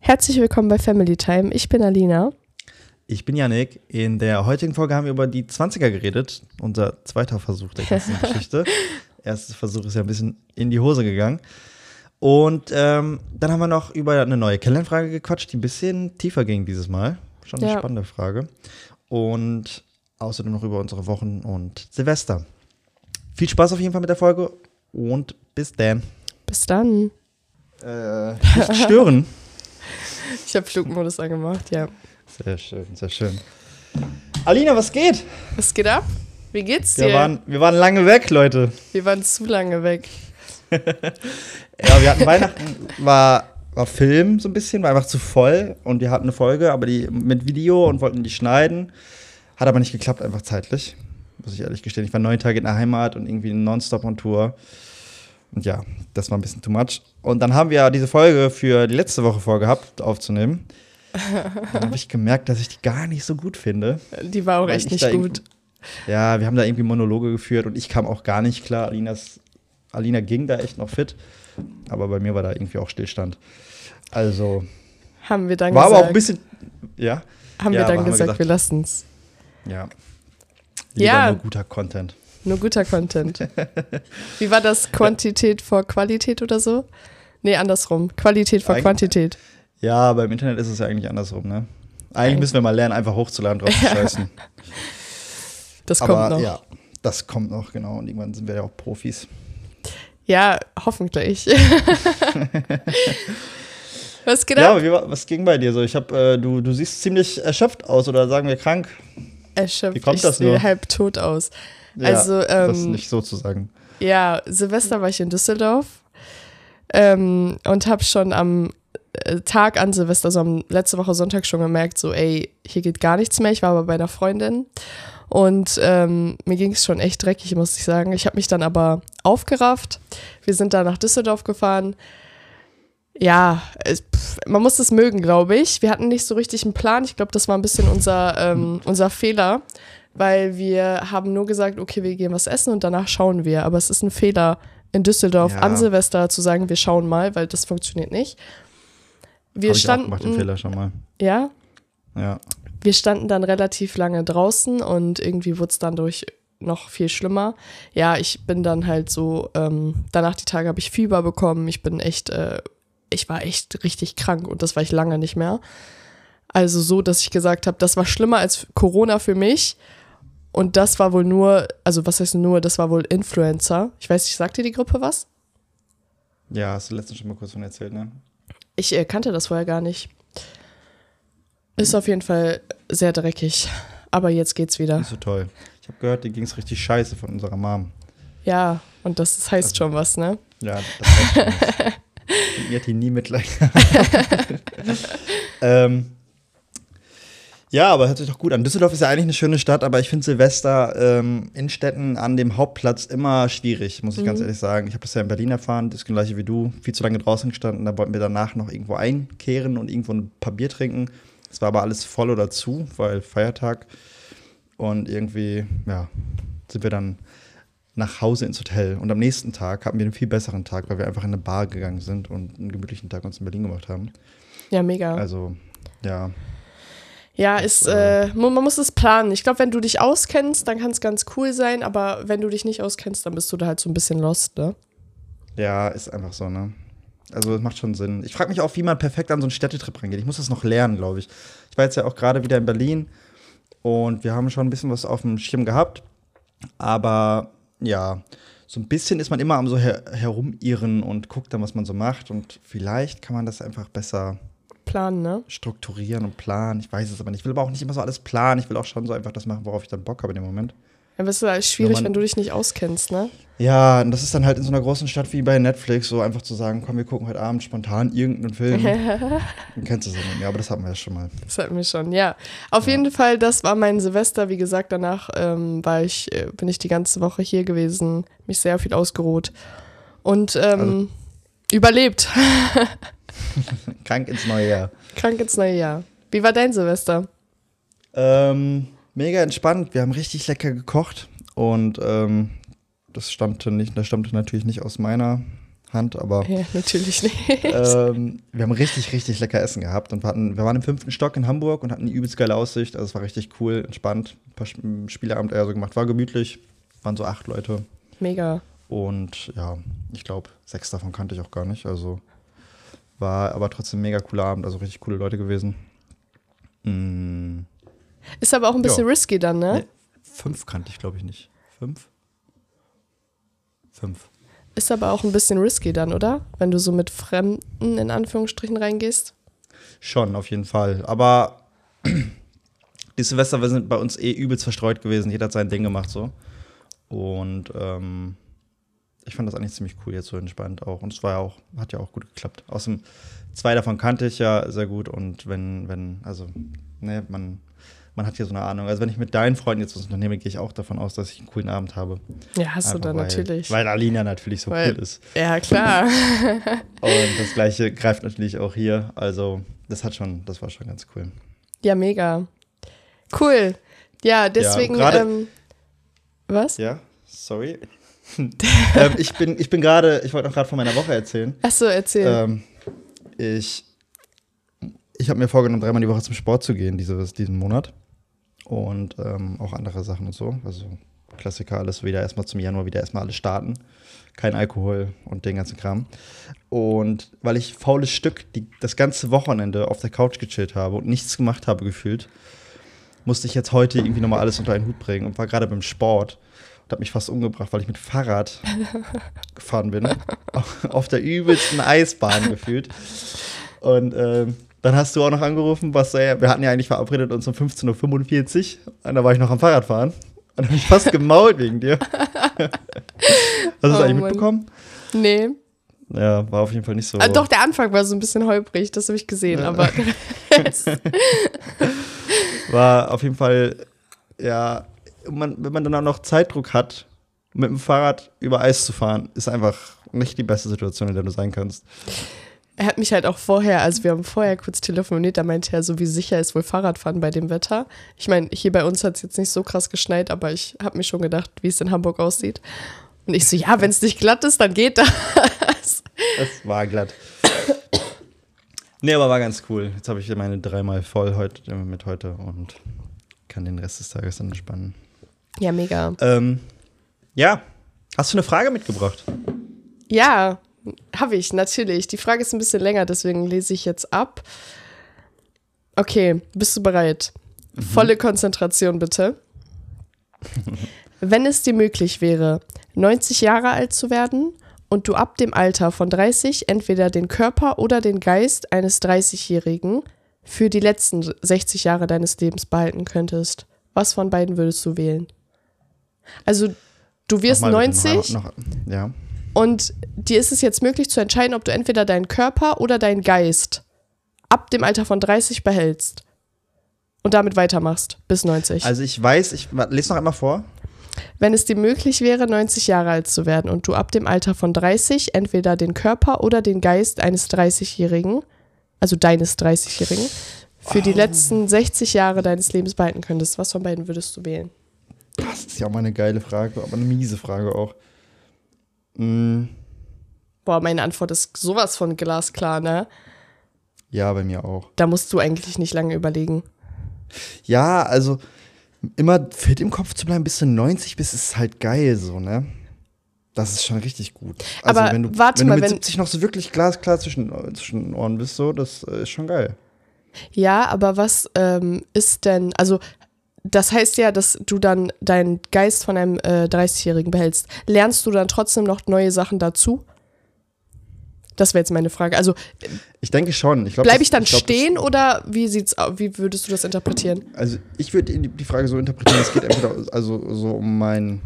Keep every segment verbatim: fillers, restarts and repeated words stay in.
Herzlich willkommen bei Family Time. Ich bin Alina. Ich bin Yannick. In der heutigen Folge haben wir über die zwanziger geredet. Unser zweiter Versuch der ganzen Geschichte. Erster Versuch ist ja ein bisschen in die Hose gegangen. Und ähm, dann haben wir noch über eine neue Kennenlernfrage gequatscht, die ein bisschen tiefer ging dieses Mal. Schon eine ja. spannende Frage. Und außerdem noch über unsere Wochen und Silvester. Viel Spaß auf jeden Fall mit der Folge und bis dann. Bis dann. Äh, nicht stören. Ich habe Flugmodus angemacht, ja. Sehr schön, sehr schön. Alina, was geht? Was geht ab? Wie geht's dir? Wir waren, wir waren lange weg, Leute. Wir waren zu lange weg. Ja, wir hatten Weihnachten, war, war Film so ein bisschen, war einfach zu voll. Und wir hatten eine Folge, aber die mit Video und wollten die schneiden. Hat aber nicht geklappt, einfach zeitlich. Muss ich ehrlich gestehen. Ich war neun Tage in der Heimat und irgendwie nonstop on Tour. Und ja, das war ein bisschen too much. Und dann haben wir diese Folge für die letzte Woche vorgehabt, aufzunehmen. Dann habe ich gemerkt, dass ich die gar nicht so gut finde. Die war auch echt nicht gut. Ja, wir haben da irgendwie Monologe geführt und ich kam auch gar nicht klar. Alinas, Alina ging da echt noch fit, aber bei mir war da irgendwie auch Stillstand. Also haben wir dann war gesagt, aber auch ein bisschen, ja. Haben ja, wir dann haben gesagt, wir, gesagt, wir lassen es. Ja. Lieber ja. nur guter Content. Nur guter Content. Wie war das? Quantität vor Qualität oder so? Nee, andersrum. Qualität vor Eig- Quantität. Ja, beim Internet ist es ja eigentlich andersrum, ne? Eigentlich Eig- müssen wir mal lernen, einfach hochzuladen, drauf zu scheißen. Das Aber, kommt noch. Ja, das kommt noch, genau. Und irgendwann sind wir ja auch Profis. Ja, hoffentlich. Was geht ab? Ja, wie, was ging bei dir so? Ich hab, äh, du, du siehst ziemlich erschöpft aus oder sagen wir krank. Erschöpft. Wie kommt ich das nur? sehe halb tot aus. Ja, also, ähm, das nicht so zu sagen. Ja, Silvester war ich in Düsseldorf ähm, und habe schon am äh, Tag an Silvester, also am letzte Woche Sonntag schon gemerkt, so ey, hier geht gar nichts mehr. Ich war aber bei einer Freundin und ähm, mir ging es schon echt dreckig, muss ich sagen. Ich habe mich dann aber aufgerafft. Wir sind da nach Düsseldorf gefahren. Ja, es, pff, man muss es mögen, glaube ich. Wir hatten nicht so richtig einen Plan. Ich glaube, das war ein bisschen unser, ähm, unser Fehler. Weil wir haben nur gesagt, okay, wir gehen was essen und danach schauen wir. Aber es ist ein Fehler, in Düsseldorf ja. an Silvester zu sagen, wir schauen mal, weil das funktioniert nicht. Wir Hab standen, ich auch gemacht, den Fehler schon mal. Ja? Ja. Wir standen dann relativ lange draußen und irgendwie wurde es dann durch noch viel schlimmer. Ja, ich bin dann halt so, ähm, danach die Tage habe ich Fieber bekommen. Ich bin echt, äh, ich war echt richtig krank und das war ich lange nicht mehr. Also so, dass ich gesagt habe, das war schlimmer als Corona für mich. Und das war wohl nur, also was heißt nur, das war wohl Influenza. Ich weiß nicht, sagt dir die Grippe was? Ja, hast du letztens schon mal kurz von erzählt, ne? Ich äh, kannte das vorher gar nicht. Ist auf jeden Fall sehr dreckig. Aber jetzt geht's wieder. Nicht so toll. Ich habe gehört, dir ging's richtig scheiße von unserer Mom. Ja, und das, das heißt also, schon was, ne? Ja, das heißt schon was. Mit mir hat die nie Mitleid. ähm, Ja, aber hört sich doch gut an. Düsseldorf ist ja eigentlich eine schöne Stadt, aber ich finde Silvester ähm, in Städten an dem Hauptplatz immer schwierig, muss ich mhm. ganz ehrlich sagen. Ich habe das ja in Berlin erfahren, das gleiche wie du, viel zu lange draußen gestanden. Da wollten wir danach noch irgendwo einkehren und irgendwo ein paar Bier trinken. Es war aber alles voll oder zu, weil Feiertag. Und irgendwie, ja, sind wir dann nach Hause ins Hotel. Und am nächsten Tag hatten wir einen viel besseren Tag, weil wir einfach in eine Bar gegangen sind und einen gemütlichen Tag uns in Berlin gemacht haben. Ja, mega. Also, ja. Ja, ist, äh, man muss es planen. Ich glaube, wenn du dich auskennst, dann kann es ganz cool sein, aber wenn du dich nicht auskennst, dann bist du da halt so ein bisschen lost, ne? Ja, ist einfach so, ne? Also, es macht schon Sinn. Ich frage mich auch, wie man perfekt an so einen Städtetrip rangeht. Ich muss das noch lernen, glaube ich. Ich war jetzt ja auch gerade wieder in Berlin und wir haben schon ein bisschen was auf dem Schirm gehabt, aber ja, so ein bisschen ist man immer am so her- herumirren und guckt dann, was man so macht und vielleicht kann man das einfach besser planen, ne? Strukturieren und planen. Ich weiß es aber nicht. Ich will aber auch nicht immer so alles planen. Ich will auch schon so einfach das machen, worauf ich dann Bock habe in dem Moment. Ja, aber es ist halt schwierig, man, wenn du dich nicht auskennst, ne? Ja, und das ist dann halt in so einer großen Stadt wie bei Netflix, so einfach zu sagen, komm, wir gucken heute Abend spontan irgendeinen Film. Dann kennst du es ja, aber das hatten wir ja schon mal. Das hatten wir schon, ja. Auf ja. jeden Fall, das war mein Silvester. Wie gesagt, danach ähm, war ich, äh, bin ich die ganze Woche hier gewesen, mich sehr viel ausgeruht und ähm, also, überlebt. Krank ins neue Jahr. Krank ins neue Jahr. Wie war dein Silvester? Ähm, mega entspannt. Wir haben richtig lecker gekocht und ähm, das stammte nicht, das stammte natürlich nicht aus meiner Hand, aber Ja, natürlich nicht. ähm, wir haben richtig, richtig lecker Essen gehabt und wir, hatten, wir waren im fünften Stock in Hamburg und hatten eine übelst geile Aussicht. Also es war richtig cool, entspannt. Ein paar Spieleabend eher so gemacht. War gemütlich, waren so acht Leute. Mega. Und ja, ich glaube, sechs davon kannte ich auch gar nicht. Also war aber trotzdem ein mega cooler Abend, also richtig coole Leute gewesen. Mm. Ist aber auch ein bisschen Ja. risky dann, ne? Nee, fünf kannte ich, glaube ich, nicht. Fünf? Fünf. Ist aber auch ein bisschen risky dann, oder? Wenn du so mit Fremden in Anführungsstrichen reingehst. Schon, auf jeden Fall. Aber die Silvester wir sind bei uns eh übelst verstreut gewesen. Jeder hat sein Ding gemacht so. Und ähm, ich fand das eigentlich ziemlich cool, jetzt so entspannt auch. Und es war ja auch, hat ja auch gut geklappt. Außerdem, zwei davon kannte ich ja sehr gut. Und wenn, wenn, also, ne, man, man hat hier so eine Ahnung. Also wenn ich mit deinen Freunden jetzt was unternehme, gehe ich auch davon aus, dass ich einen coolen Abend habe. Ja, hast Einfach du dann weil, natürlich. Weil Alina natürlich so Weil- cool ist. Ja, klar. Und das Gleiche greift natürlich auch hier. Also, das hat schon, das war schon ganz cool. Ja, mega. Cool. Ja, deswegen. gerade- ähm, was? Ja, sorry. ähm, ich bin, ich bin gerade, ich wollte noch gerade von meiner Woche erzählen. Achso, erzähl. Ähm, ich ich habe mir vorgenommen, dreimal die Woche zum Sport zu gehen, dieses, diesen Monat. Und ähm, auch andere Sachen und so. Also Klassiker, alles wieder erstmal zum Januar wieder erstmal alles starten. Kein Alkohol und den ganzen Kram. Und weil ich faules Stück die, das ganze Wochenende auf der Couch gechillt habe und nichts gemacht habe gefühlt, musste ich jetzt heute irgendwie nochmal alles unter einen Hut bringen und war gerade beim Sport und habe mich fast umgebracht, weil ich mit Fahrrad gefahren bin. Auf der übelsten Eisbahn gefühlt. Und ähm, dann hast du auch noch angerufen, was äh, wir hatten ja eigentlich verabredet uns um fünfzehn Uhr fünfundvierzig. Und da war ich noch am Fahrradfahren. Und habe mich fast gemault wegen dir. Hast du das Oh, eigentlich Mann. mitbekommen? Nee. Ja, war auf jeden Fall nicht so. Ah, doch, der Anfang war so ein bisschen holprig, das habe ich gesehen, Ja. aber War auf jeden Fall, ja, man, wenn man dann auch noch Zeitdruck hat, mit dem Fahrrad über Eis zu fahren, ist einfach nicht die beste Situation, in der du sein kannst. er hat mich halt auch vorher, also wir haben vorher kurz telefoniert, da meinte er so, wie sicher ist wohl Fahrradfahren bei dem Wetter. Ich meine, hier bei uns hat es jetzt nicht so krass geschneit, aber ich habe mir schon gedacht, wie es in Hamburg aussieht. Und ich so, ja, wenn es nicht glatt ist, dann geht das. Es war glatt. Nee, aber war ganz cool. Jetzt habe ich meine dreimal voll heute, mit heute und kann den Rest des Tages dann entspannen. Ja, mega. Ähm, ja, hast du eine Frage mitgebracht? Ja, habe ich, natürlich. Die Frage ist ein bisschen länger, deswegen lese ich jetzt ab. Okay, bist du bereit? Mhm. Volle Konzentration, bitte. Wenn es dir möglich wäre, neunzig Jahre alt zu werden und du ab dem Alter von dreißig entweder den Körper oder den Geist eines dreißigjährigen für die letzten sechzig Jahre deines Lebens behalten könntest, was von beiden würdest du wählen? Also, du wirst Nochmal bitte, neunzig noch, noch, ja. und dir ist es jetzt möglich zu entscheiden, ob du entweder deinen Körper oder deinen Geist ab dem Alter von dreißig behältst und damit weitermachst bis neunzig. Also ich weiß, ich lese noch einmal vor. Wenn es dir möglich wäre, neunzig Jahre alt zu werden und du ab dem Alter von dreißig entweder den Körper oder den Geist eines dreißigjährigen, also deines dreißigjährigen, für die Oh. letzten sechzig Jahre deines Lebens behalten könntest, was von beiden würdest du wählen? Das ist ja auch mal eine geile Frage, aber eine miese Frage auch. Mm, Boah, meine Antwort ist sowas von glasklar, ne? ja, bei mir auch. Da musst du eigentlich nicht lange überlegen. Ja, also immer fit im Kopf zu bleiben, bis du neunzig bist, ist halt geil so, ne? Das ist schon richtig gut. Also Aber wenn du, warte wenn mal, du mit wenn- siebzig noch so wirklich glasklar zwischen, zwischen den Ohren bist, so, das äh, ist schon geil. Ja, aber was ähm, ist denn, also das heißt ja, dass du dann deinen Geist von einem äh, dreißigjährigen behältst. Lernst du dann trotzdem noch neue Sachen dazu? Das wäre jetzt meine Frage. Also Ich denke schon. Ich glaub, bleibe das- ich dann glaub, stehen oder wie sieht's au- wie würdest du das interpretieren? Das, also ich würde die die Frage so interpretieren, es geht entweder also so um mein,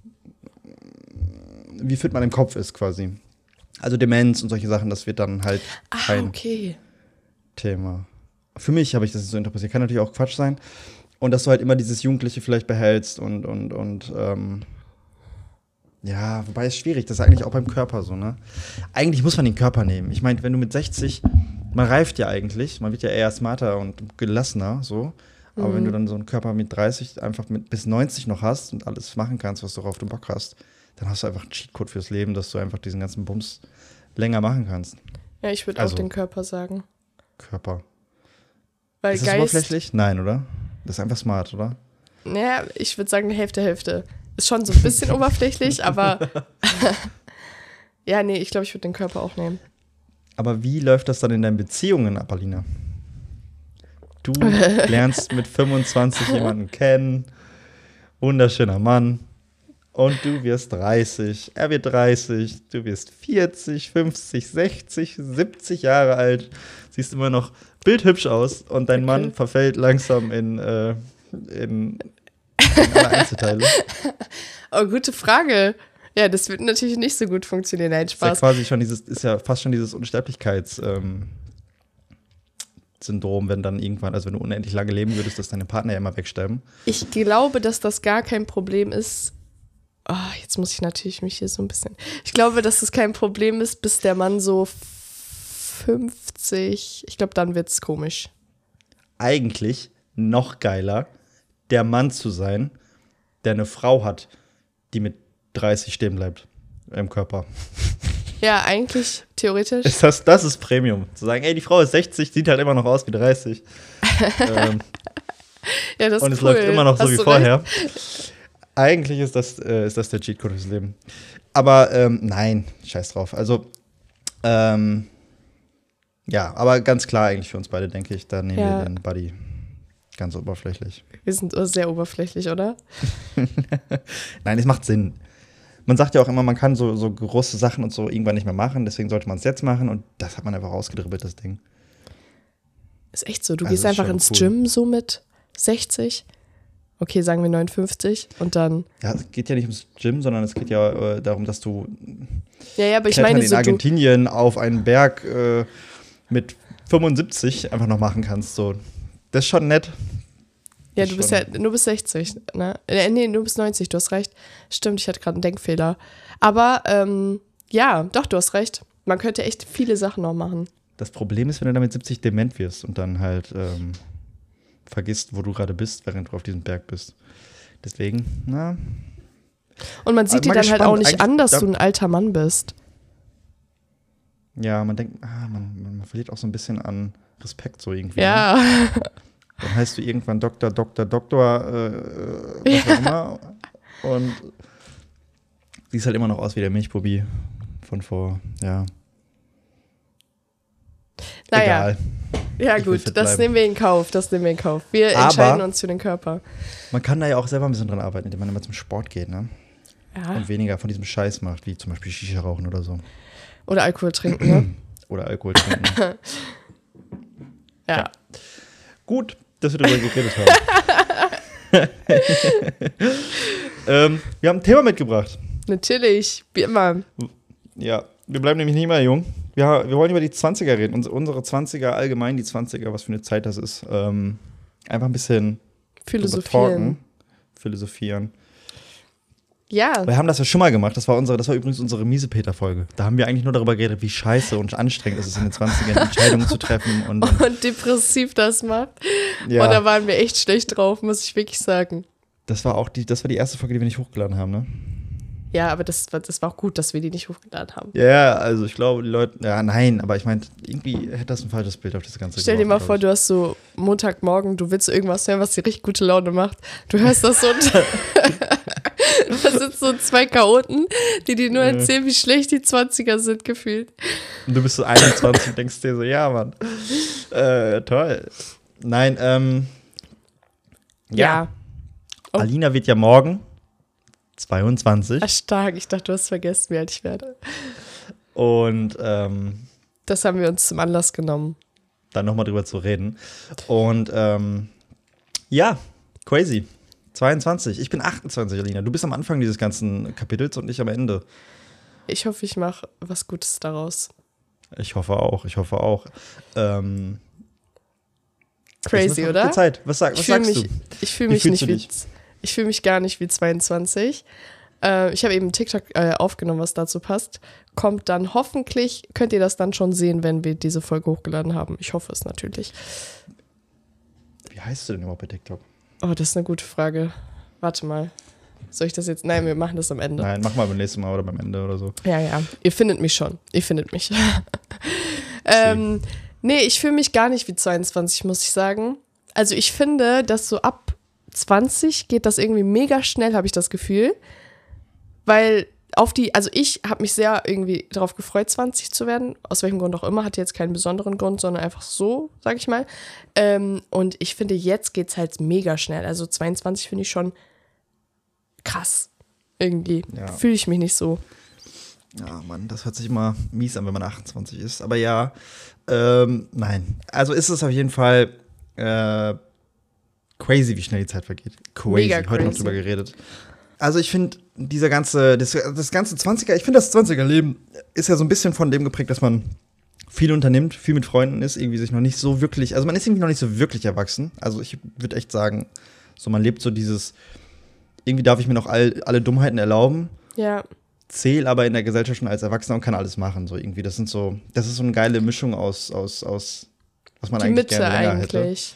wie fit man im Kopf ist quasi. Also Demenz und solche Sachen, das wird dann halt Ah, kein okay. Thema. Für mich habe ich das so interpretiert. Kann natürlich auch Quatsch sein. Und dass du halt immer dieses Jugendliche vielleicht behältst und, und, und, ähm, ja, wobei es schwierig, das ist eigentlich auch beim Körper so, ne? Eigentlich muss man den Körper nehmen. Ich meine, wenn du mit sechzig, man reift ja eigentlich, man wird ja eher smarter und gelassener, so. Aber Mhm. wenn du dann so einen Körper mit dreißig einfach mit bis neunzig noch hast und alles machen kannst, was du auf du Bock hast, dann hast du einfach einen Cheatcode fürs Leben, dass du einfach diesen ganzen Bums länger machen kannst. Ja, ich würde Also, auch den Körper sagen. Körper. Weil Ist das Geist, oberflächlich? Nein, oder? Das ist einfach smart, oder? naja, ich würde sagen, Hälfte, Hälfte. Ist schon so ein bisschen oberflächlich, aber ja, nee, ich glaube, ich würde den Körper auch nehmen. Aber wie läuft das dann in deinen Beziehungen ab, Alina? Du lernst mit fünfundzwanzig jemanden kennen, wunderschöner Mann, und du wirst dreißig, er wird dreißig, du wirst vierzig, fünfzig, sechzig, siebzig Jahre alt, siehst immer noch bildhübsch aus und dein Okay. Mann verfällt langsam in, äh, in, in alle Einzelteile. Oh, gute Frage. Ja, das wird natürlich nicht so gut funktionieren. Nein, Ist ja Spaß. quasi schon dieses, ist ja fast schon dieses Unsterblichkeits- ähm, Syndrom, wenn dann irgendwann, also wenn du unendlich lange leben würdest, dass deine Partner ja immer wegsterben. Ich glaube, dass das gar kein Problem ist. Oh, jetzt muss ich natürlich mich hier so ein bisschen. Ich glaube, dass das kein Problem ist, bis der Mann so fünfzig. Ich glaube, dann wird's komisch. Eigentlich noch geiler, der Mann zu sein, der eine Frau hat, die mit dreißig stehen bleibt im Körper. Ja, eigentlich, theoretisch. Ist das, das ist Premium. Zu sagen, ey, die Frau ist sechzig, sieht halt immer noch aus wie dreißig. ähm, Ja, das ist und es cool. läuft immer noch so Hast wie du vorher. Eigentlich ist das, äh, ist das der Cheatcode fürs Leben. Aber ähm, nein, scheiß drauf. Also, ähm, ja, aber ganz klar eigentlich für uns beide, denke ich, da nehmen Ja. wir den Buddy ganz oberflächlich. Wir sind sehr oberflächlich, oder? Nein, es macht Sinn. Man sagt ja auch immer, man kann so, so große Sachen und so irgendwann nicht mehr machen, deswegen sollte man es jetzt machen und das hat man einfach ausgedribbelt, das Ding. Ist echt so. Du Also gehst ist einfach schon ins cool. Gym so mit sechzig. Okay, sagen wir neunundfünfzig. Und dann. Ja, es geht ja nicht ums Gym, sondern es geht ja äh, darum, dass du Ja, ja, aber ich Klettern meine in so. Du, Argentinien auf einen Berg äh, mit fünfundsiebzig einfach noch machen kannst. So. Das ist schon nett. ja, ist du bist schon- ja, du bist sechzig, ne? Äh, nee, du bist neunzig, du hast recht. Stimmt, ich hatte gerade einen Denkfehler. Aber, ähm, ja, doch, du hast recht. Man könnte echt viele Sachen noch machen. Das Problem ist, wenn du damit siebzig dement wirst und dann halt ähm, vergisst, wo du gerade bist, während du auf diesem Berg bist. Deswegen, na, Und man sieht Aber dir mal dann halt auch gespannt. nicht Eigentlich- an, dass da- du ein alter Mann bist. ja, man denkt, ah, man, man, man verliert auch so ein bisschen an Respekt so irgendwie. Ne? Ja. Dann heißt du irgendwann Doktor, Doktor, Doktor, äh, was auch immer. Und siehst halt immer noch aus wie der Milchbubi von vor, ja. Naja, Egal. ja Ich will gut, fit das bleiben. nehmen wir in Kauf, das nehmen wir in Kauf. Wir Aber- entscheiden uns für den Körper. Man kann da ja auch selber ein bisschen dran arbeiten, indem man immer zum Sport geht, ne? Ja. Und weniger von diesem Scheiß macht, wie zum Beispiel Shisha rauchen oder so. Oder Alkohol trinken, ne? Oder Alkohol trinken. Ja. Gut, dass wir darüber geredet haben. ähm, wir haben ein Thema mitgebracht. Natürlich, wie immer. Ja, wir bleiben nämlich nicht mehr jung. Wir, wir wollen über die zwanziger reden. Unsere, unsere zwanziger, allgemein die zwanziger, was für eine Zeit das ist. Ähm, einfach ein bisschen drüber talken, Philosophieren. philosophieren. Ja, Wir haben das ja schon mal gemacht. Das war, unsere, das war übrigens unsere Miese-Peter-Folge. Da haben wir eigentlich nur darüber geredet, wie scheiße und anstrengend es ist, in den zwanzigern Entscheidungen zu treffen. Und, und und depressiv das macht. ja, Und da waren wir echt schlecht drauf, muss ich wirklich sagen. das war auch die, das war die erste Folge, die wir nicht hochgeladen haben, ne? Ja, aber das, war- das war auch gut, dass wir die nicht hochgeladen haben. Ja, also ich glaube, die Leute, ja, nein, aber ich meine, irgendwie hätte das ein falsches Bild auf das Ganze Stell dir mal geworfen, vor, glaub du hast so Montagmorgen, du willst irgendwas hören, was dir richtig gute Laune macht. Du hörst das so und da sind so zwei Chaoten, die dir nur Ja. erzählen, wie schlecht die zwanziger sind, gefühlt. ich. Und du bist so einundzwanzig und denkst dir so, ja, Mann, äh, toll. Nein, ähm, ja, Oh. Alina wird ja morgen zweiundzwanzig Ach, stark. Ich dachte, du hast vergessen, wie alt ich werde. und ähm, Das haben wir uns zum Anlass genommen. dann nochmal drüber zu reden. Und ähm, ja, crazy. zweiundzwanzig. Ich bin achtundzwanzig, Alina. Du bist am Anfang dieses ganzen Kapitels und ich am Ende. Ich hoffe, ich mache was Gutes daraus. Ich hoffe auch, ich hoffe auch. Ähm, ist Crazy, eine oder? verrückte Zeit. Was, sag, was Ich fühle sagst mich, du? ich fühl Wie mich fühlst nicht du wie. dich? Ich fühle mich gar nicht wie zweiundzwanzig. Äh, ich habe eben TikTok äh, aufgenommen, was dazu passt. Kommt dann hoffentlich, könnt ihr das dann schon sehen, wenn wir diese Folge hochgeladen haben. Ich hoffe es natürlich. Wie heißt du denn überhaupt bei TikTok? Oh, das ist eine gute Frage. Warte mal. Soll ich das jetzt? Nein, wir machen das am Ende. Nein, mach mal beim nächsten Mal oder beim Ende oder so. Ja, ja. Ihr findet mich schon. Ihr findet mich. ähm, nee, ich fühle mich gar nicht wie zweiundzwanzig, muss ich sagen. Also ich finde, dass so ab zwanzig geht das irgendwie mega schnell, habe ich das Gefühl. Weil auf die, also ich habe mich sehr irgendwie darauf gefreut, zwanzig zu werden. Aus welchem Grund auch immer, hatte jetzt keinen besonderen Grund, sondern einfach so, sag ich mal. Ähm, und ich finde, jetzt geht's halt mega schnell. Also zweiundzwanzig finde ich schon krass. Irgendwie Ja. fühle ich mich nicht so. Ja, Mann, das hört sich immer mies an, wenn man achtundzwanzig ist. Aber ja, ähm, nein. Also ist es auf jeden Fall äh, crazy, wie schnell die Zeit vergeht. Crazy. Mega Heute noch crazy. drüber geredet. Also ich finde, dieser ganze, das, das ganze zwanziger, ich finde, das zwanziger-Leben ist ja so ein bisschen von dem geprägt, dass man viel unternimmt, viel mit Freunden ist, irgendwie sich noch nicht so wirklich, also man ist irgendwie noch nicht so wirklich erwachsen. Also ich würde echt sagen, so man lebt so dieses, irgendwie darf ich mir noch all, alle Dummheiten erlauben, Ja, zähl aber in der Gesellschaft schon als Erwachsener und kann alles machen. So irgendwie, das sind so, das ist so eine geile Mischung aus, aus, aus was man die eigentlich Mitte gerne länger hätte. eigentlich.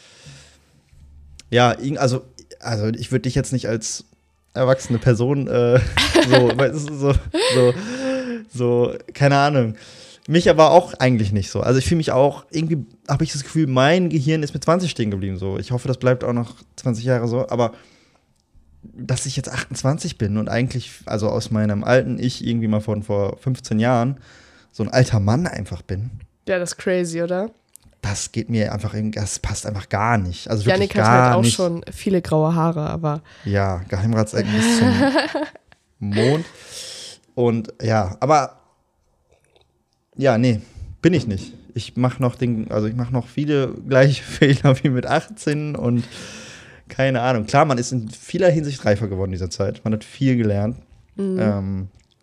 Ja, irg- also, also ich würde dich jetzt nicht als erwachsene Person äh, so, weißt du, so, so, so, keine Ahnung. Mich aber auch eigentlich nicht so. Also ich fühle mich auch, irgendwie habe ich das Gefühl, mein Gehirn ist mit zwanzig stehen geblieben. So. Ich hoffe, das bleibt auch noch zwanzig Jahre so. Aber dass ich jetzt achtundzwanzig bin und eigentlich, also aus meinem alten Ich irgendwie mal von vor fünfzehn Jahren so ein alter Mann einfach bin, Ja, das ist crazy, oder? das geht mir einfach, irgendwie- das passt einfach gar nicht. Also wirklich Janik hat gar halt auch nicht. schon viele graue Haare, aber Ja, Geheimratsecken bis zum Mond. Und ja, aber ja, nee, bin ich nicht. Ich mache noch den, also ich mache noch viele gleiche Fehler wie mit achtzehn und keine Ahnung. Klar, man ist in vieler Hinsicht reifer geworden in dieser Zeit. Man hat viel gelernt. Mhm. Ähm,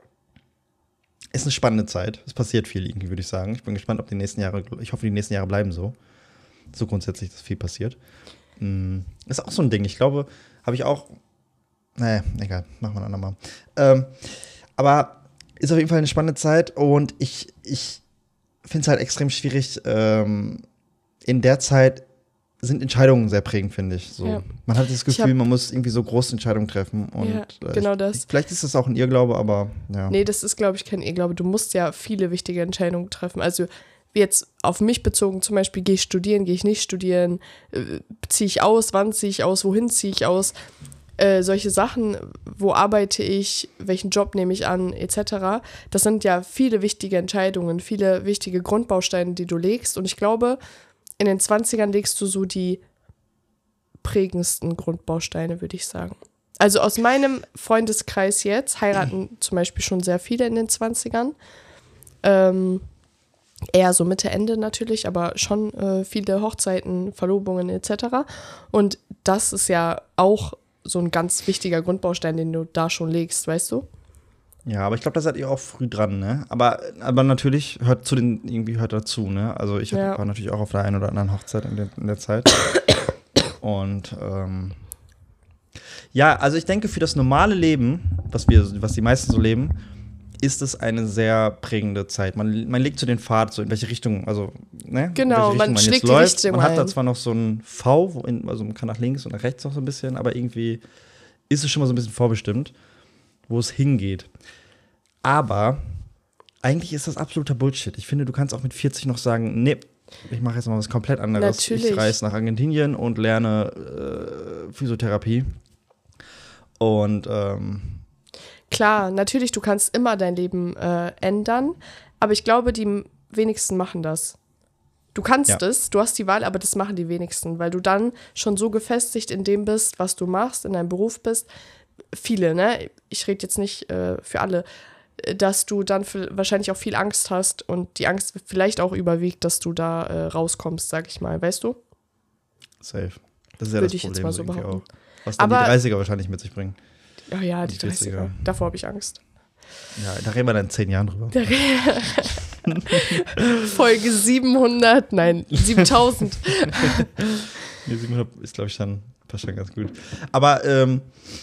ist eine spannende Zeit. Es passiert viel irgendwie, würde ich sagen. Ich bin gespannt, ob die nächsten Jahre, ich hoffe, die nächsten Jahre bleiben so. So grundsätzlich, dass viel passiert. Mm, ist auch so ein Ding. Ich glaube, habe ich auch, naja, egal, machen wir ein andermal. Ähm, aber ist auf jeden Fall eine spannende Zeit und ich, ich finde es halt extrem schwierig. Ähm, in der Zeit sind Entscheidungen sehr prägend, finde ich. So. Ja. Man hat das Ich Gefühl, hab- man muss irgendwie so große Entscheidungen treffen. Und Ja, äh, genau ich, das. Vielleicht ist das auch ein Irrglaube, aber ja. nee, das ist, glaube ich, kein Irrglaube. Du musst ja viele wichtige Entscheidungen treffen. Also jetzt auf mich bezogen zum Beispiel, gehe ich studieren, gehe ich nicht studieren, äh, ziehe ich aus, wann ziehe ich aus, wohin ziehe ich aus, äh, solche Sachen, wo arbeite ich, welchen Job nehme ich an, et cetera. Das sind ja viele wichtige Entscheidungen, viele wichtige Grundbausteine, die du legst. Und ich glaube, in den zwanzigern legst du so die prägendsten Grundbausteine, würde ich sagen. Also aus meinem Freundeskreis jetzt heiraten zum Beispiel schon sehr viele in den zwanzigern. Ähm, eher so Mitte, Ende natürlich, aber schon äh, viele Hochzeiten, Verlobungen et cetera. Und das ist ja auch so ein ganz wichtiger Grundbaustein, den du da schon legst, weißt du? Ja, aber ich glaube, da seid ihr auch früh dran, ne? Aber, aber natürlich hört zu den, irgendwie hört dazu, ne? Also ich Ja. war natürlich auch auf der einen oder anderen Hochzeit in der, in der Zeit. Und ähm, ja, also ich denke, für das normale Leben, was wir, was die meisten so leben, ist es eine sehr prägende Zeit. Man, man legt so den Pfad, so in welche Richtung, also, ne? Genau, in welche Richtung man jetzt schlägt die läuft. Richtung Man hat da ein. zwar noch so ein V, wo in, also man kann nach links und nach rechts noch so ein bisschen, aber irgendwie ist es schon mal so ein bisschen vorbestimmt, wo es hingeht. Aber eigentlich ist das absoluter Bullshit. Ich finde, du kannst auch mit vierzig noch sagen, nee, ich mache jetzt mal was komplett anderes. Natürlich. Ich reise nach Argentinien und lerne äh, Physiotherapie. Und ähm, Klar, natürlich, du kannst immer dein Leben äh, ändern, aber ich glaube, die m- wenigsten machen das. Du kannst Ja. es, du hast die Wahl, aber das machen die wenigsten, weil du dann schon so gefestigt in dem bist, was du machst, in deinem Beruf bist. Viele, ne? Ich rede jetzt nicht äh, für alle, äh, dass du dann für, wahrscheinlich auch viel Angst hast und die Angst vielleicht auch überwiegt, dass du da äh, rauskommst, sag ich mal, weißt du? safe. Das ist ja Würde das ich jetzt Problem mal so irgendwie behaupten. auch. Was dann Aber- die dreißiger wahrscheinlich mit sich bringen. Oh ja, die Die vierziger. dreißiger. Davor habe ich Angst. Ja, da reden wir dann in zehn Jahren drüber. Folge siebenhundert, nein, siebentausend. Nee, siebenhundert ist, glaube ich, dann passt schon ganz gut. Aber ähm,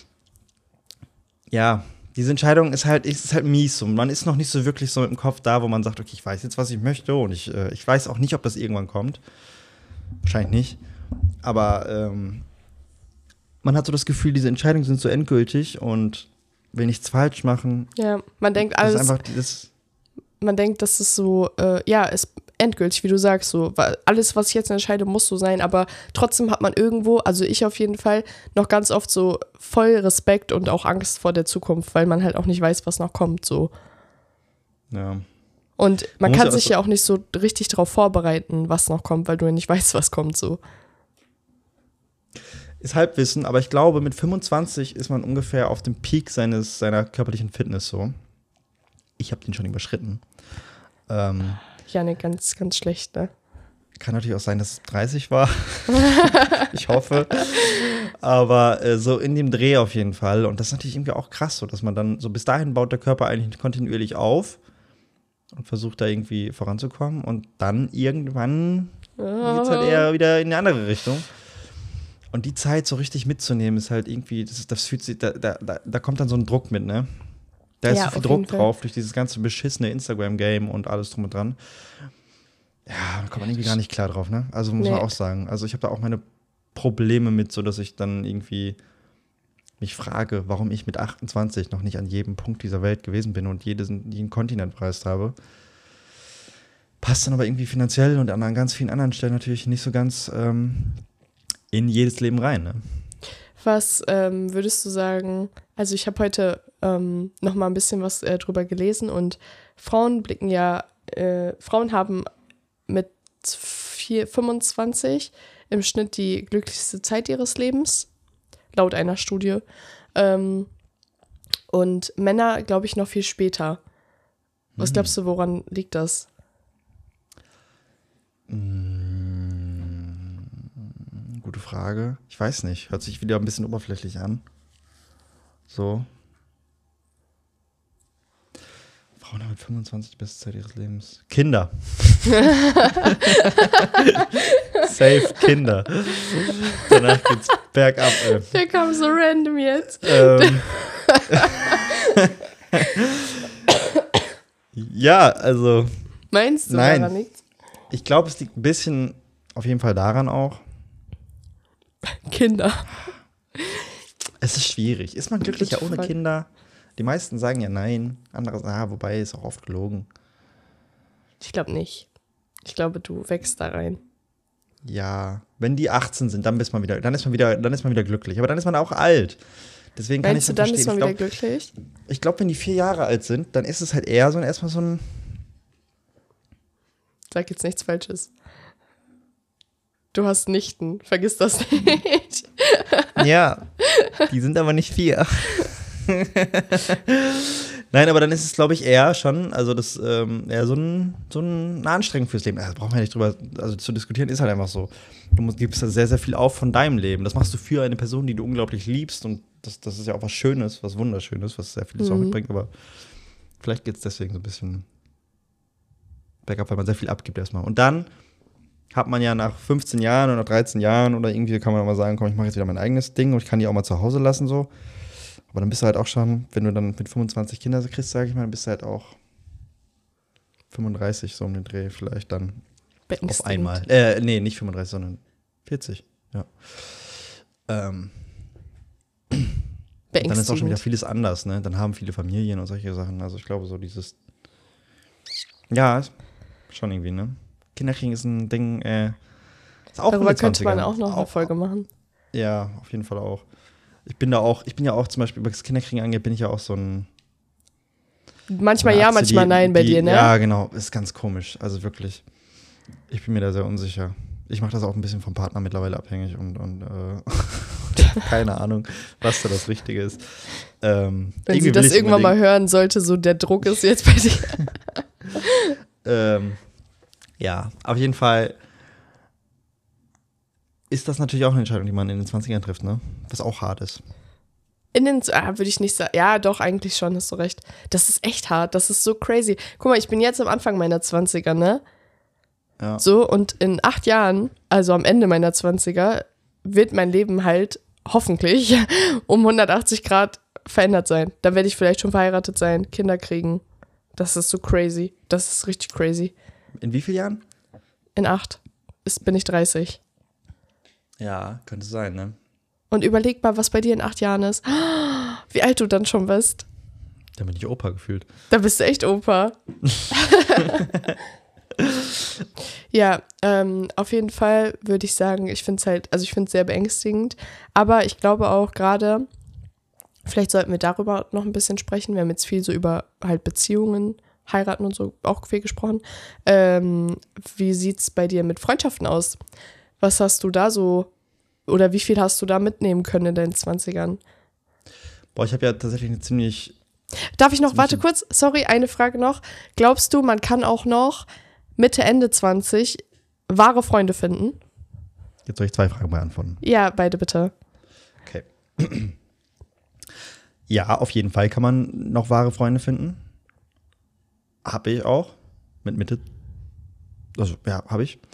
ja, diese Entscheidung ist halt, ist halt mies. Und man ist noch nicht so wirklich so mit dem Kopf da, wo man sagt, okay, ich weiß jetzt, was ich möchte. Und ich, äh, ich weiß auch nicht, ob das irgendwann kommt. Wahrscheinlich nicht. Aber ähm, man hat so das Gefühl, diese Entscheidungen sind so endgültig und will nichts falsch machen. Ja, man denkt alles. Das ist einfach dieses man denkt, das ist so, äh, ja, ist endgültig, wie du sagst, so, weil alles, was ich jetzt entscheide, muss so sein, aber trotzdem hat man irgendwo, also ich auf jeden Fall, noch ganz oft so voll Respekt und auch Angst vor der Zukunft, weil man halt auch nicht weiß, was noch kommt, so. Ja. Und man, man kann sich ja ja auch nicht so richtig darauf vorbereiten, was noch kommt, weil du ja nicht weißt, was kommt, so. Ist Halbwissen, aber ich glaube, mit fünfundzwanzig ist man ungefähr auf dem Peak seines, seiner körperlichen Fitness so. Ich habe den schon überschritten. Ähm, ja, ne, ganz, ganz schlecht, ne? Kann natürlich auch sein, dass es dreißig war. Ich hoffe. Aber äh, so in dem Dreh auf jeden Fall. Und das ist natürlich irgendwie auch krass, so dass man dann, so bis dahin baut der Körper eigentlich kontinuierlich auf und versucht da irgendwie voranzukommen. Und dann irgendwann geht es halt eher wieder in eine andere Richtung. Und die Zeit so richtig mitzunehmen, ist halt irgendwie, das, das fühlt sich, da, da, da kommt dann so ein Druck mit, ne? Da ist ja, so viel Druck drauf durch dieses ganze beschissene Instagram-Game und alles drum und dran. Ja, da kommt man irgendwie gar nicht klar drauf, ne? Also muss nee. man auch sagen. Also ich habe da auch meine Probleme mit, so dass ich dann irgendwie mich frage, warum ich mit achtundzwanzig noch nicht an jedem Punkt dieser Welt gewesen bin und jeden, jeden Kontinent bereist habe. Passt dann aber irgendwie finanziell und an ganz vielen anderen Stellen natürlich nicht so ganz ähm, in jedes Leben rein, ne? Was ähm, würdest du sagen, also ich habe heute ähm, noch mal ein bisschen was äh, drüber gelesen und Frauen blicken ja, äh, Frauen haben mit vier, fünfundzwanzig im Schnitt die glücklichste Zeit ihres Lebens, laut einer Studie. Ähm, und Männer, glaube ich, noch viel später. Was Mhm. glaubst du, woran liegt das? Mhm. Gute Frage. Ich weiß nicht. Hört sich wieder ein bisschen oberflächlich an. So. Frauen haben mit fünfundzwanzig die beste Zeit ihres Lebens. Kinder. Safe Kinder. Danach geht's bergab. Ey. Der kam so random jetzt. Ähm. Ja, also. Meinst du, nein. daran liegt's? Ich glaube, es liegt ein bisschen auf jeden Fall daran auch. Kinder. Es ist schwierig. Ist man glücklicher ohne Kinder? Die meisten sagen ja nein. Andere sagen, ah, wobei, ist auch oft gelogen. Ich glaube nicht. Ich glaube, du wächst da rein. Ja, wenn die achtzehn sind, dann ist man wieder, dann ist man wieder, dann ist man wieder glücklich. Aber dann ist man auch alt. Deswegen kann Meinst ich du, dann verstehen. ist man ich wieder glaub, glücklich? Ich glaube, wenn die vier Jahre alt sind, dann ist es halt eher so erstmal so ein. Sag jetzt nichts Falsches. Du hast Nichten, vergiss das nicht. Ja, die sind aber nicht vier. Nein, aber dann ist es, glaube ich, eher schon, also das ähm, eher so ein, so ein Anstrengung fürs Leben. Da brauchen wir nicht drüber, also zu diskutieren ist halt einfach so. Du musst, gibst da sehr, sehr viel auf von deinem Leben. Das machst du für eine Person, die du unglaublich liebst und das, das ist ja auch was Schönes, was Wunderschönes, was sehr vieles mhm. auch mitbringt, aber vielleicht geht es deswegen so ein bisschen bergab, weil man sehr viel abgibt erstmal. Und dann hat man ja nach fünfzehn Jahren oder dreizehn Jahren oder irgendwie kann man mal sagen, komm, ich mache jetzt wieder mein eigenes Ding und ich kann die auch mal zu Hause lassen so. Aber dann bist du halt auch schon, wenn du dann mit fünfundzwanzig Kinder kriegst, sage ich mal, dann bist du halt auch fünfunddreißig so um den Dreh vielleicht dann auf einmal. Äh, nee, nicht fünfunddreißig, sondern vierzig, ja. Ähm. Dann ist auch schon wieder vieles anders, ne? Dann haben viele Familien und solche Sachen. Also ich glaube so dieses, ja, schon irgendwie, ne? Kinderkriegen ist ein Ding, äh, ist auch darüber könnte man auch noch auch, eine Folge machen. Ja, auf jeden Fall auch. Ich bin da auch, ich bin ja auch zum Beispiel, über das Kinderkriegen angeht, bin ich ja auch so ein manchmal so ja, Atze, manchmal die, nein bei die, dir, ne? Ja, genau, ist ganz komisch, also wirklich. Ich bin mir da sehr unsicher. Ich mache das auch ein bisschen vom Partner mittlerweile abhängig und, und äh, keine Ahnung, was da das Richtige ist. Ähm, Wenn sie das irgendwann mal hören sollte, so der Druck ist jetzt bei dir. ähm, ja, auf jeden Fall ist das natürlich auch eine Entscheidung, die man in den zwanzigern trifft, ne? Was auch hart ist. In den, ah, würde ich nicht sagen. Ja, doch, eigentlich schon, hast du recht. Das ist echt hart, das ist so crazy. Guck mal, ich bin jetzt am Anfang meiner zwanziger, ne? Ja. So, und in acht Jahren, also am Ende meiner zwanziger, wird mein Leben halt hoffentlich um hundertachtzig Grad verändert sein. Dann werde ich vielleicht schon verheiratet sein, Kinder kriegen. Das ist so crazy. Das ist richtig crazy. In wie vielen Jahren? In acht. Ist, bin ich dreißig. Ja, könnte sein, ne? Und überleg mal, was bei dir in acht Jahren ist. Wie alt du dann schon bist. Da bin ich Opa gefühlt. Da bist du echt Opa. Ja, ähm, auf jeden Fall würde ich sagen, ich finde es halt, also ich finde es sehr beängstigend. Aber ich glaube auch gerade, vielleicht sollten wir darüber noch ein bisschen sprechen. Wir haben jetzt viel so über halt Beziehungen, heiraten und so auch viel gesprochen. Ähm, wie sieht es bei dir mit Freundschaften aus? Was hast du da so, oder wie viel hast du da mitnehmen können in deinen zwanzigern? Boah, ich habe ja tatsächlich eine ziemlich... Darf ich noch, warte kurz, sorry, eine Frage noch. Glaubst du, man kann auch noch Mitte, Ende zwanzig wahre Freunde finden? Jetzt soll ich zwei Fragen beantworten. Ja, beide bitte. Okay. Ja, auf jeden Fall kann man noch wahre Freunde finden. Habe ich auch. Mit Mitte. Also, ja, habe ich.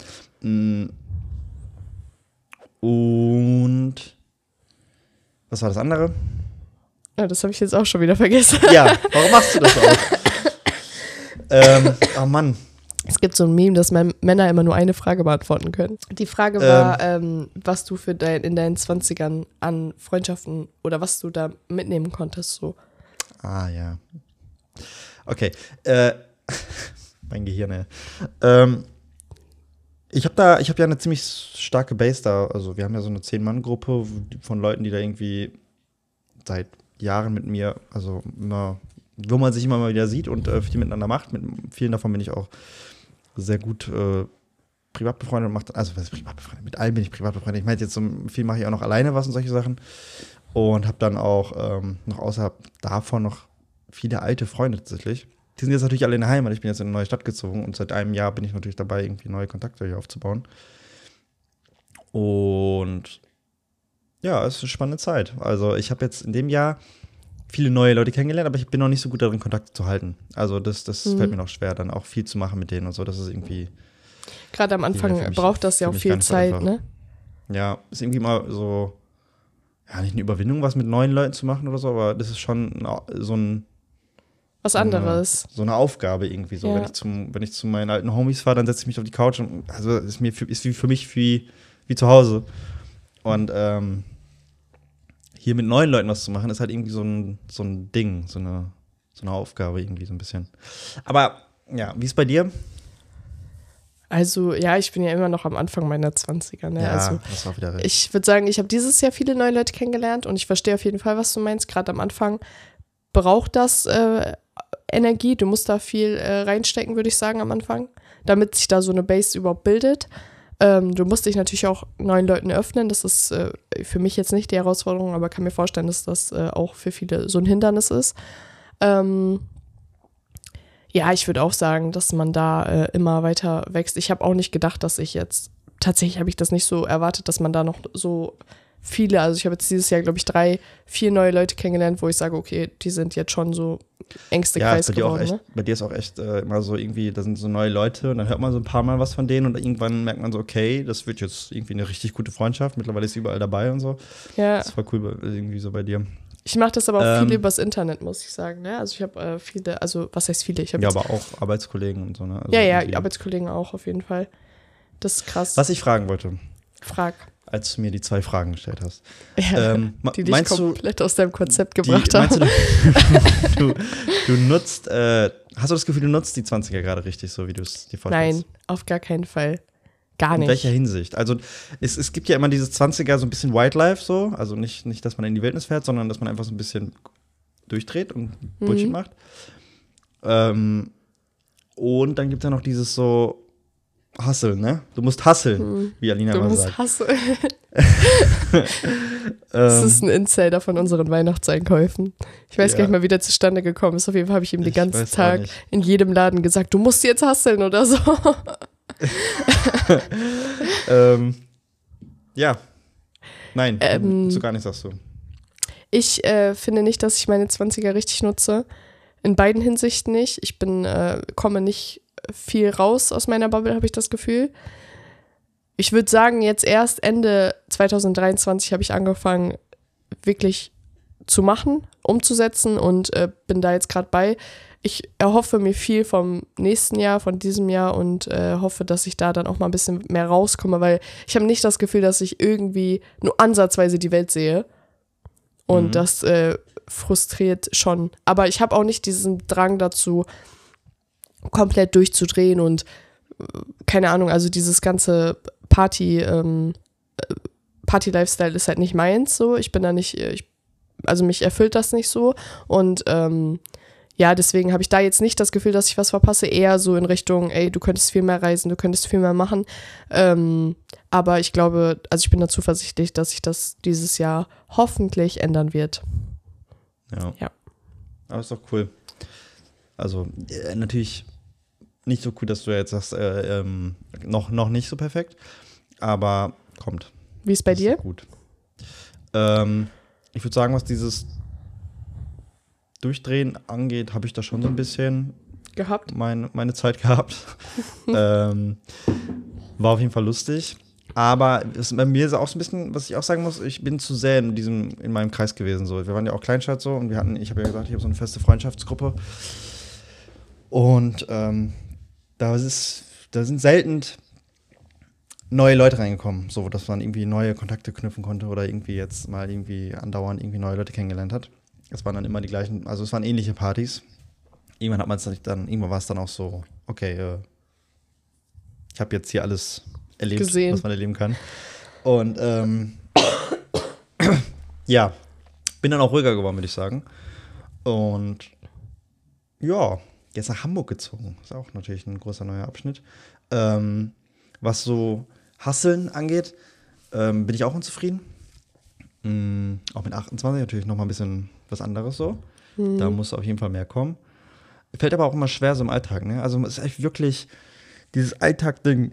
Und was war das andere? Ja, das habe ich jetzt auch schon wieder vergessen. Ja, warum machst du das auch? ähm, oh Mann. Es gibt so ein Meme, dass M- Männer immer nur eine Frage beantworten können. Die Frage war, ähm, ähm, was du für dein, in deinen zwanzigern an Freundschaften oder was du da mitnehmen konntest. So. Ah, ja. Okay. Äh, mein Gehirn, ey. Ähm, ich habe da, ich habe ja eine ziemlich starke Base da. Also wir haben ja so eine Zehn-Mann-Gruppe von Leuten, die da irgendwie seit Jahren mit mir, also immer, wo man sich immer mal wieder sieht und äh, viel miteinander macht. Mit vielen davon bin ich auch sehr gut äh, privat befreundet und macht, also was ist privat befreundet? Mit allen bin ich privat befreundet. Ich meine jetzt so viel mache ich auch noch alleine was und solche Sachen und habe dann auch ähm, noch außerhalb davon noch viele alte Freunde tatsächlich. Die sind jetzt natürlich alle in der Heimat. Ich bin jetzt in eine neue Stadt gezogen und seit einem Jahr bin ich natürlich dabei, irgendwie neue Kontakte hier aufzubauen. Und ja, es ist eine spannende Zeit. Also ich habe jetzt in dem Jahr viele neue Leute kennengelernt, aber ich bin noch nicht so gut darin, Kontakt zu halten. Also das, das mhm. fällt mir noch schwer, dann auch viel zu machen mit denen und so. Das ist irgendwie... Gerade am Anfang mich, braucht das ja auch viel Zeit, so ne? Ja, ist irgendwie mal so, ja, nicht eine Überwindung, was mit neuen Leuten zu machen oder so, aber das ist schon so ein... Was anderes. So eine, so eine Aufgabe irgendwie. So, ja. wenn, ich zum, wenn ich zu meinen alten Homies fahre, dann setze ich mich auf die Couch und also ist mir für, ist wie für mich wie, wie zu Hause. Und ähm, hier mit neuen Leuten was zu machen, ist halt irgendwie so ein, so ein Ding, so eine, so eine Aufgabe irgendwie so ein bisschen. Aber ja, wie ist bei dir? Also, ja, ich bin ja immer noch am Anfang meiner zwanziger. Ne? Ja, also, das war wieder recht. Ich würde sagen, ich habe dieses Jahr viele neue Leute kennengelernt und ich verstehe auf jeden Fall, was du meinst. Gerade am Anfang braucht das äh, Energie. Du musst da viel äh, reinstecken, würde ich sagen, am Anfang, damit sich da so eine Base überhaupt bildet. Ähm, du musst dich natürlich auch neuen Leuten öffnen. Das ist äh, für mich jetzt nicht die Herausforderung, aber kann mir vorstellen, dass das äh, auch für viele so ein Hindernis ist. Ähm, ja, ich würde auch sagen, dass man da äh, immer weiter wächst. Ich habe auch nicht gedacht, dass ich jetzt, tatsächlich habe ich das nicht so erwartet, dass man da noch so viele, also ich habe jetzt dieses Jahr, glaube ich, drei, vier neue Leute kennengelernt, wo ich sage, okay, die sind jetzt schon so engste ja, Kreis bei dir geworden. Auch echt, ne? Bei dir ist auch echt äh, immer so irgendwie, da sind so neue Leute und dann hört man so ein paar Mal was von denen und irgendwann merkt man so, okay, das wird jetzt irgendwie eine richtig gute Freundschaft. Mittlerweile ist sie überall dabei und so. Ja. Das war cool irgendwie so bei dir. Ich mache das aber auch ähm, viel übers Internet, muss ich sagen. Ne? Also ich habe äh, viele, also was heißt viele? Ich ja, aber auch Arbeitskollegen und so. Ne? Also ja, ja, irgendwie. Arbeitskollegen auch auf jeden Fall. Das ist krass. Was ich fragen wollte. Frag. Als du mir die zwei Fragen gestellt hast. Ja, ähm, die dich komplett du, aus deinem Konzept gebracht die, haben. Du, du, du nutzt, äh, hast du das Gefühl, du nutzt die zwanziger gerade richtig, so wie du es dir vorstellst? Nein, auf gar keinen Fall. Gar nicht. In welcher Hinsicht? Also es, es gibt ja immer dieses zwanziger so ein bisschen Wildlife so, also nicht, nicht, dass man in die Wildnis fährt, sondern dass man einfach so ein bisschen durchdreht und Bullshit mhm. macht. Ähm, und dann gibt es ja noch dieses so Hustle, ne? Du musst hustlen, hm. wie Alina du mal musst sagt. Hustle. Das ist ein Insider von unseren Weihnachtseinkäufen. Ich weiß ja. gar nicht mal, wie der zustande gekommen ist. Auf jeden Fall habe ich ihm den ganzen Tag in jedem Laden gesagt, du musst jetzt hustlen oder so. ähm, ja. Nein, ähm, so gar nicht, sagst du. Ich äh, finde nicht, dass ich meine zwanziger richtig nutze. In beiden Hinsichten nicht. Ich bin, äh, komme nicht viel raus aus meiner Bubble, habe ich das Gefühl. Ich würde sagen, jetzt erst Ende zwanzig dreiundzwanzig habe ich angefangen, wirklich zu machen, umzusetzen und äh, bin da jetzt gerade bei. Ich erhoffe mir viel vom nächsten Jahr, von diesem Jahr und äh, hoffe, dass ich da dann auch mal ein bisschen mehr rauskomme, weil ich habe nicht das Gefühl, dass ich irgendwie nur ansatzweise die Welt sehe. Und mhm. das äh, frustriert schon. Aber ich habe auch nicht diesen Drang dazu, komplett durchzudrehen und äh, keine Ahnung, also dieses ganze Party, ähm, Party-Lifestyle ist halt nicht meins so. Ich bin da nicht, ich, also mich erfüllt das nicht so. Und ähm, ja, deswegen habe ich da jetzt nicht das Gefühl, dass ich was verpasse, eher so in Richtung, ey, du könntest viel mehr reisen, du könntest viel mehr machen. Ähm, aber ich glaube, also ich bin da zuversichtlich, dass sich das dieses Jahr hoffentlich ändern wird. Ja. Ja. Aber ist doch cool. Also äh, natürlich nicht so cool, dass du jetzt sagst, äh, ähm, noch, noch nicht so perfekt, aber kommt. Wie ist bei das dir? Ist gut. Ähm, ich würde sagen, was dieses Durchdrehen angeht, habe ich da schon so ein bisschen gehabt. Mein, meine Zeit gehabt. ähm, war auf jeden Fall lustig. Aber es, bei mir ist auch so ein bisschen, was ich auch sagen muss, ich bin zu sehr in diesem, in meinem Kreis gewesen. So. Wir waren ja auch Kleinstadt so und wir hatten, ich habe ja gesagt, ich habe so eine feste Freundschaftsgruppe. Und ähm, da ist, da sind selten neue Leute reingekommen, so dass man irgendwie neue Kontakte knüpfen konnte oder irgendwie jetzt mal irgendwie andauernd irgendwie neue Leute kennengelernt hat. Es waren dann immer die gleichen, also es waren ähnliche Partys. Irgendwann hat man es dann, irgendwann war es dann auch so, okay, äh, ich habe jetzt hier alles erlebt, gesehen, was man erleben kann. Und ähm, ja, bin dann auch ruhiger geworden, würde ich sagen. Und ja, jetzt nach Hamburg gezogen. Ist auch natürlich ein großer neuer Abschnitt. Ähm, was so Hustlen angeht, ähm, bin ich auch unzufrieden. Mhm, auch mit achtundzwanzig natürlich noch mal ein bisschen was anderes so. Mhm. Da muss auf jeden Fall mehr kommen. Fällt aber auch immer schwer so im Alltag, ne? Also es ist echt wirklich dieses Alltag-Ding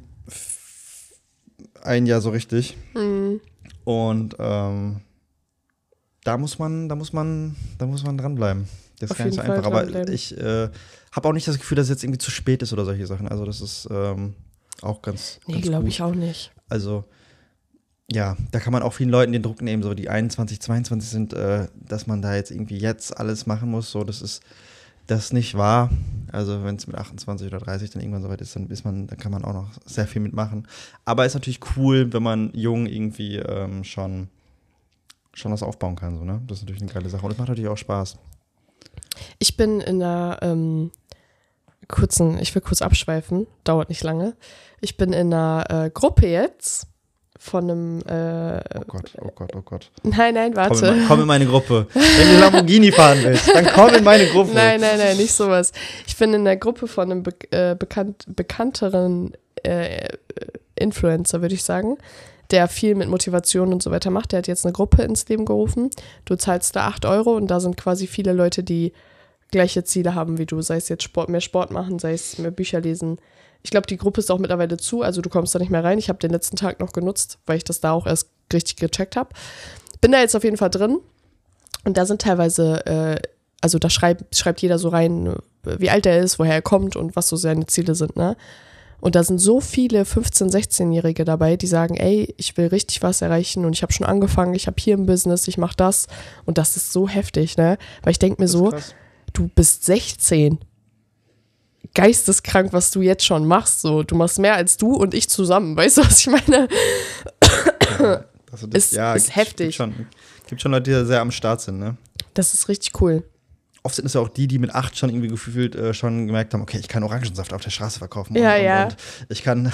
ein Jahr so richtig. Mhm. Und ähm, da muss man, da muss man, da muss man dranbleiben. Das ist gar nicht so einfach. Aber ich äh, habe auch nicht das Gefühl, dass es jetzt irgendwie zu spät ist oder solche Sachen. Also das ist ähm, auch ganz, nee, ganz glaube ich auch nicht. Also ja, da kann man auch vielen Leuten den Druck nehmen, so die einundzwanzig, zweiundzwanzig sind, äh, dass man da jetzt irgendwie jetzt alles machen muss. So, das ist das nicht wahr. Also wenn es mit achtundzwanzig oder dreißig dann irgendwann soweit ist, dann ist man, dann kann man auch noch sehr viel mitmachen. Aber ist natürlich cool, wenn man jung irgendwie ähm, schon, schon was aufbauen kann. So, ne? Das ist natürlich eine geile Sache. Und es macht natürlich auch Spaß. Ich bin in einer ähm, kurzen, ich will kurz abschweifen, dauert nicht lange. Ich bin in einer äh, Gruppe jetzt von einem äh, Oh Gott, oh Gott, oh Gott. Nein, nein, warte. Komm in, komm in meine Gruppe. Wenn du Lamborghini fahren willst, dann komm in meine Gruppe. Nein, nein, nein, nicht sowas. Ich bin in der Gruppe von einem be- äh, bekannt, bekannteren äh, Influencer, würde ich sagen, der viel mit Motivation und so weiter macht. Der hat jetzt eine Gruppe ins Leben gerufen. Du zahlst da acht Euro und da sind quasi viele Leute, die gleiche Ziele haben wie du. Sei es jetzt Sport, mehr Sport machen, sei es mehr Bücher lesen. Ich glaube, die Gruppe ist auch mittlerweile zu, also du kommst da nicht mehr rein. Ich habe den letzten Tag noch genutzt, weil ich das da auch erst richtig gecheckt habe. Bin da jetzt auf jeden Fall drin und da sind teilweise, äh, also da schreibt, schreibt jeder so rein, wie alt er ist, woher er kommt und was so seine Ziele sind, ne? Und da sind so viele fünfzehn-, sechzehnjährige dabei, die sagen, ey, ich will richtig was erreichen und ich habe schon angefangen, ich habe hier ein Business, ich mache das und das ist so heftig, ne? Weil ich denke mir so, krass. Du bist sechzehn. Geisteskrank, was du jetzt schon machst. So, du machst mehr als du und ich zusammen. Weißt du, was ich meine? Ja, also das, ist ja, ist gibt, heftig. Gibt schon, gibt schon Leute, die sehr am Start sind, ne? Das ist richtig cool. Oft sind es ja auch die, die mit acht schon irgendwie gefühlt äh, schon gemerkt haben, okay, ich kann Orangensaft auf der Straße verkaufen. Ja, und, ja. Und, und ich kann,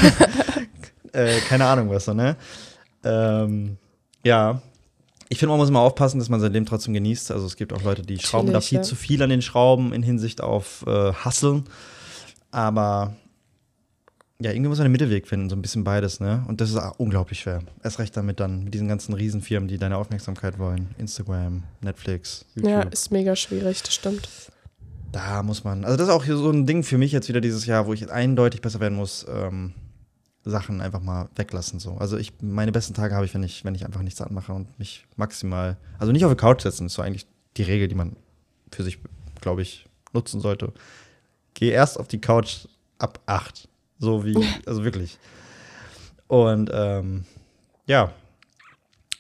äh, keine Ahnung was, so, ne? Ähm, ja. Ich finde, man muss immer aufpassen, dass man sein Leben trotzdem genießt. Also es gibt auch Leute, die schrauben da viel ja. zu viel an den Schrauben in Hinsicht auf äh, Hustlen. Aber ja, irgendwie muss man einen Mittelweg finden, so ein bisschen beides, ne? Und das ist auch unglaublich schwer. Erst recht damit dann, mit diesen ganzen Riesenfirmen, die deine Aufmerksamkeit wollen. Instagram, Netflix, YouTube. Ja, ist mega schwierig, das stimmt. Da muss man, also das ist auch hier so ein Ding für mich jetzt wieder dieses Jahr, wo ich jetzt eindeutig besser werden muss, ähm, Sachen einfach mal weglassen. So. Also ich, meine besten Tage habe ich, wenn ich, wenn ich einfach nichts anmache und mich maximal, also nicht auf die Couch setzen, ist so eigentlich die Regel, die man für sich, glaube ich, nutzen sollte. Geh erst auf die Couch ab acht. So wie, also wirklich. Und ähm, ja,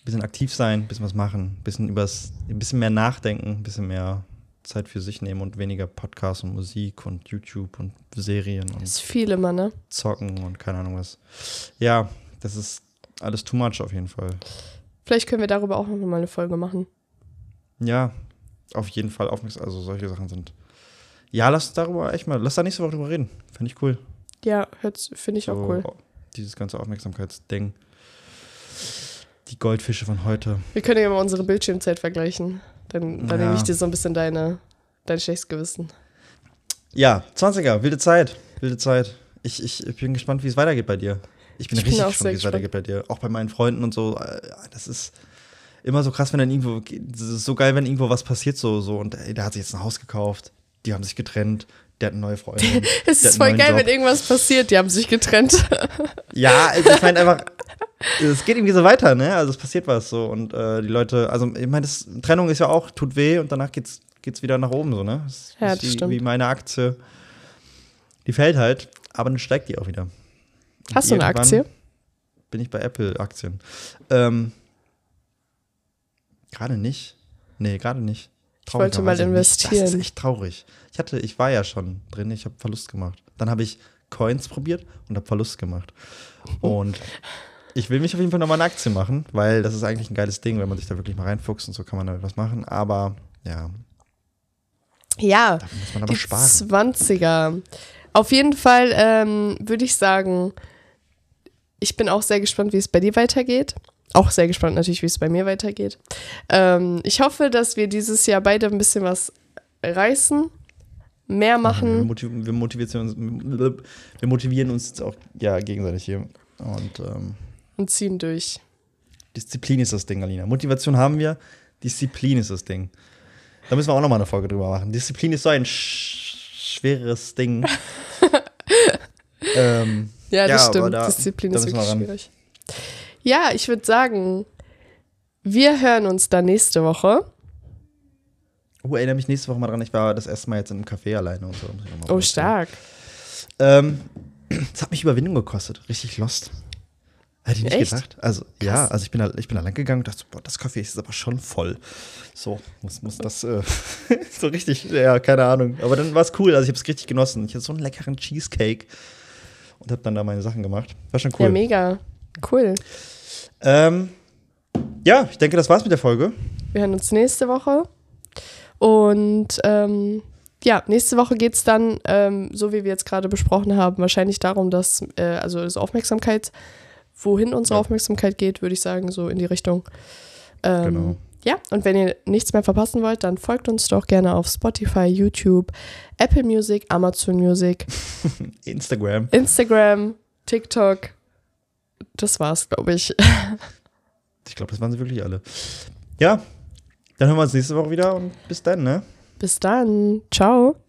bisschen aktiv sein, ein bisschen was machen, ein bisschen übers, ein bisschen mehr nachdenken, ein bisschen mehr Zeit für sich nehmen und weniger Podcasts und Musik und YouTube und Serien und Das ist viel immer, ne? Zocken und keine Ahnung was. Ja, das ist alles too much auf jeden Fall. Vielleicht können wir darüber auch noch mal eine Folge machen. Ja, auf jeden Fall aufmerksam. Also solche Sachen sind. Ja, lass darüber echt mal, lass da nächste Woche drüber reden. Finde ich cool. Ja, finde ich so, auch cool. Dieses ganze Aufmerksamkeitsding. Die Goldfische von heute. Wir können ja mal unsere Bildschirmzeit vergleichen. Dann, dann ja. nehme ich dir so ein bisschen deine, dein schlechtes Gewissen. Ja, zwanziger, wilde Zeit. Wilde Zeit. Ich, ich, ich bin gespannt, wie es weitergeht bei dir. Ich bin ich richtig bin gespannt, wie es weitergeht bei dir. Auch bei meinen Freunden und so. Das ist immer so krass, wenn dann irgendwo, das ist so geil, wenn irgendwo was passiert so, so und ey, der hat sich jetzt ein Haus gekauft, die haben sich getrennt, der hat eine neue Freundin. Es ist voll geil, Job. Wenn irgendwas passiert, die haben sich getrennt. Ja, also ich meine einfach, es geht irgendwie so weiter, ne? Also es passiert was so und äh, die Leute, also ich meine, Trennung ist ja auch, tut weh und danach geht's, geht's wieder nach oben so, ne? Das ja, ist das wie, stimmt. wie meine Aktie, die fällt halt, aber dann steigt die auch wieder. Und hast du eine Aktie? Bin ich bei Apple-Aktien. Ähm, gerade nicht. Nee, gerade nicht. Ich wollte mal investieren. Das ist echt traurig. Ich hatte, ich war ja schon drin, ich habe Verlust gemacht. Dann habe ich Coins probiert und habe Verlust gemacht. Und ich will mich auf jeden Fall nochmal eine Aktie machen, weil das ist eigentlich ein geiles Ding, wenn man sich da wirklich mal reinfuchst und so kann man damit was machen. Aber ja. Ja, dafür muss man aber die sparen. zwanziger. Auf jeden Fall ähm, würde ich sagen, ich bin auch sehr gespannt, wie es bei dir weitergeht. Auch sehr gespannt natürlich, wie es bei mir weitergeht. Ähm, ich hoffe, dass wir dieses Jahr beide ein bisschen was reißen, mehr machen. Wir motivieren, wir motivieren, uns, wir motivieren uns jetzt auch ja, gegenseitig hier. Und, ähm, und ziehen durch. Disziplin ist das Ding, Alina. Motivation haben wir, Disziplin ist das Ding. Da müssen wir auch nochmal eine Folge drüber machen. Disziplin ist so ein sch- schweres Ding. ähm, ja, das ja, stimmt. Da, Disziplin da ist wirklich wir schwierig. Ja, ich würde sagen, wir hören uns dann nächste Woche. Oh, erinnere mich nächste Woche mal dran. Ich war das erste Mal jetzt in einem Café alleine und so. Oh, stark. Ähm, das hat mich Überwindung gekostet. Richtig lost. Hätte ich nicht Echt? gedacht. Also, Krass. ja, also ich bin, da, ich bin da lang gegangen und dachte, boah, das Café ist aber schon voll. So, muss, muss das äh, so richtig, ja, keine Ahnung. Aber dann war es cool. Also ich habe es richtig genossen. Ich hatte so einen leckeren Cheesecake und habe dann da meine Sachen gemacht. War schon cool. Ja, mega. Cool. Ähm, ja, ich denke, das war's mit der Folge. Wir hören uns nächste Woche. Und ähm, ja, nächste Woche geht es dann, ähm, so wie wir jetzt gerade besprochen haben, wahrscheinlich darum, dass, äh, also das Aufmerksamkeit, wohin unsere ja. Aufmerksamkeit geht, würde ich sagen, so in die Richtung. Ähm, genau. Ja, und wenn ihr nichts mehr verpassen wollt, dann folgt uns doch gerne auf Spotify, YouTube, Apple Music, Amazon Music, Instagram. Instagram, TikTok. Das war's, glaube ich. Ich glaube, das waren sie wirklich alle. Ja, dann hören wir uns nächste Woche wieder und bis dann, ne? Bis dann. Ciao.